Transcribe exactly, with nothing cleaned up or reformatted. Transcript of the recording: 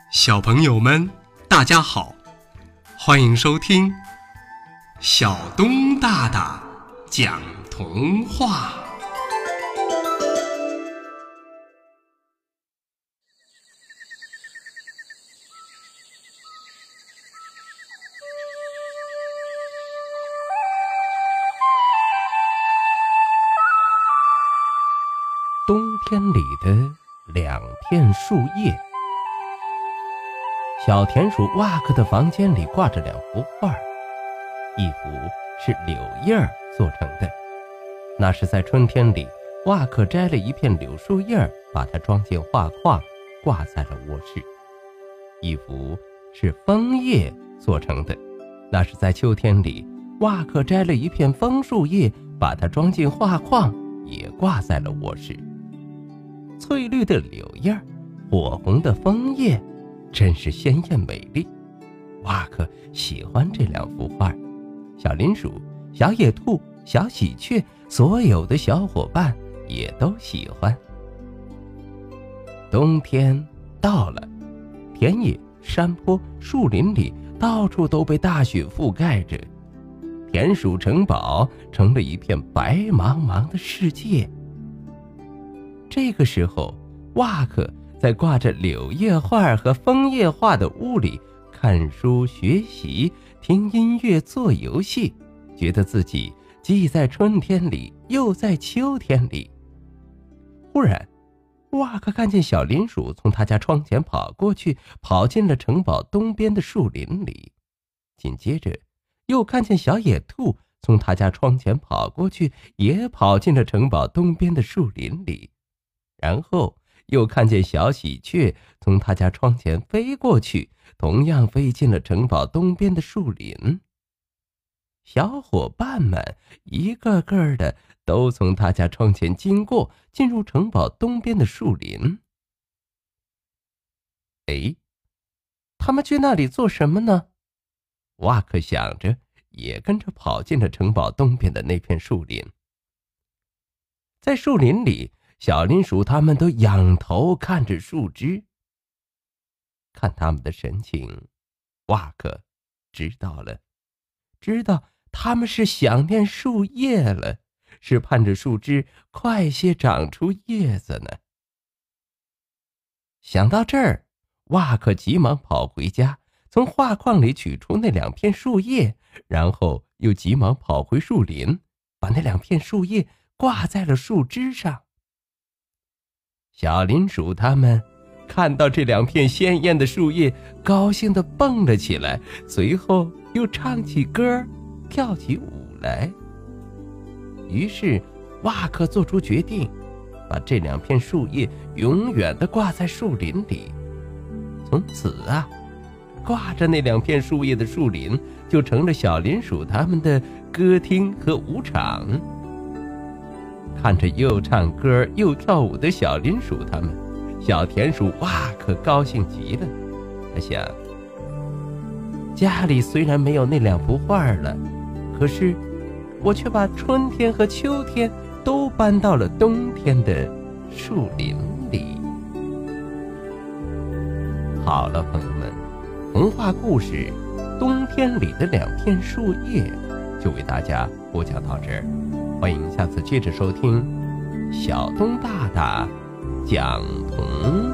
小朋友们，大家好，欢迎收听小东大大讲童话。 冬天里的两片树叶。小田鼠瓦克的房间里挂着两幅画，一幅是柳叶儿做成的，那是在春天里瓦克摘了一片柳树叶，把它装进画框，挂在了卧室。一幅是枫叶做成的，那是在秋天里瓦克摘了一片枫树叶，把它装进画框，也挂在了卧室。翠绿的柳叶，火红的枫叶，真是鲜艳美丽。瓦克喜欢这两幅画，小林鼠、小野兔、小喜鹊，所有的小伙伴也都喜欢。冬天到了，田野、山坡、树林里到处都被大雪覆盖着，田鼠城堡成了一片白茫茫的世界。这个时候，瓦克在挂着柳叶画和枫叶画的屋里看书学习，听音乐做游戏，觉得自己既在春天里又在秋天里。忽然，瓦克看见小林鼠从他家窗前跑过去，跑进了城堡东边的树林里。紧接着又看见小野兔从他家窗前跑过去，也跑进了城堡东边的树林里。然后又看见小喜鹊从他家窗前飞过去，同样飞进了城堡东边的树林。小伙伴们一个个的都从他家窗前经过，进入城堡东边的树林。哎，他们去那里做什么呢？瓦克想着，也跟着跑进了城堡东边的那片树林。在树林里，小林鼠他们都仰头看着树枝，看他们的神情，瓦克知道了，知道他们是想念树叶了，是盼着树枝快些长出叶子呢。想到这儿，瓦克急忙跑回家，从画框里取出那两片树叶，然后又急忙跑回树林，把那两片树叶挂在了树枝上。小林鼠他们看到这两片鲜艳的树叶，高兴地蹦了起来，随后又唱起歌，跳起舞来。于是瓦克做出决定，把这两片树叶永远地挂在树林里。从此啊，挂着那两片树叶的树林就成了小林鼠他们的歌厅和舞场。看着又唱歌又跳舞的小林鼠他们，小田鼠哇可高兴极了。他想，家里虽然没有那两幅画了，可是我却把春天和秋天都搬到了冬天的树林里。好了，朋友们，童话故事《冬天里的两片树叶》就为大家播讲到这儿。欢迎下次接着收听小东大大讲童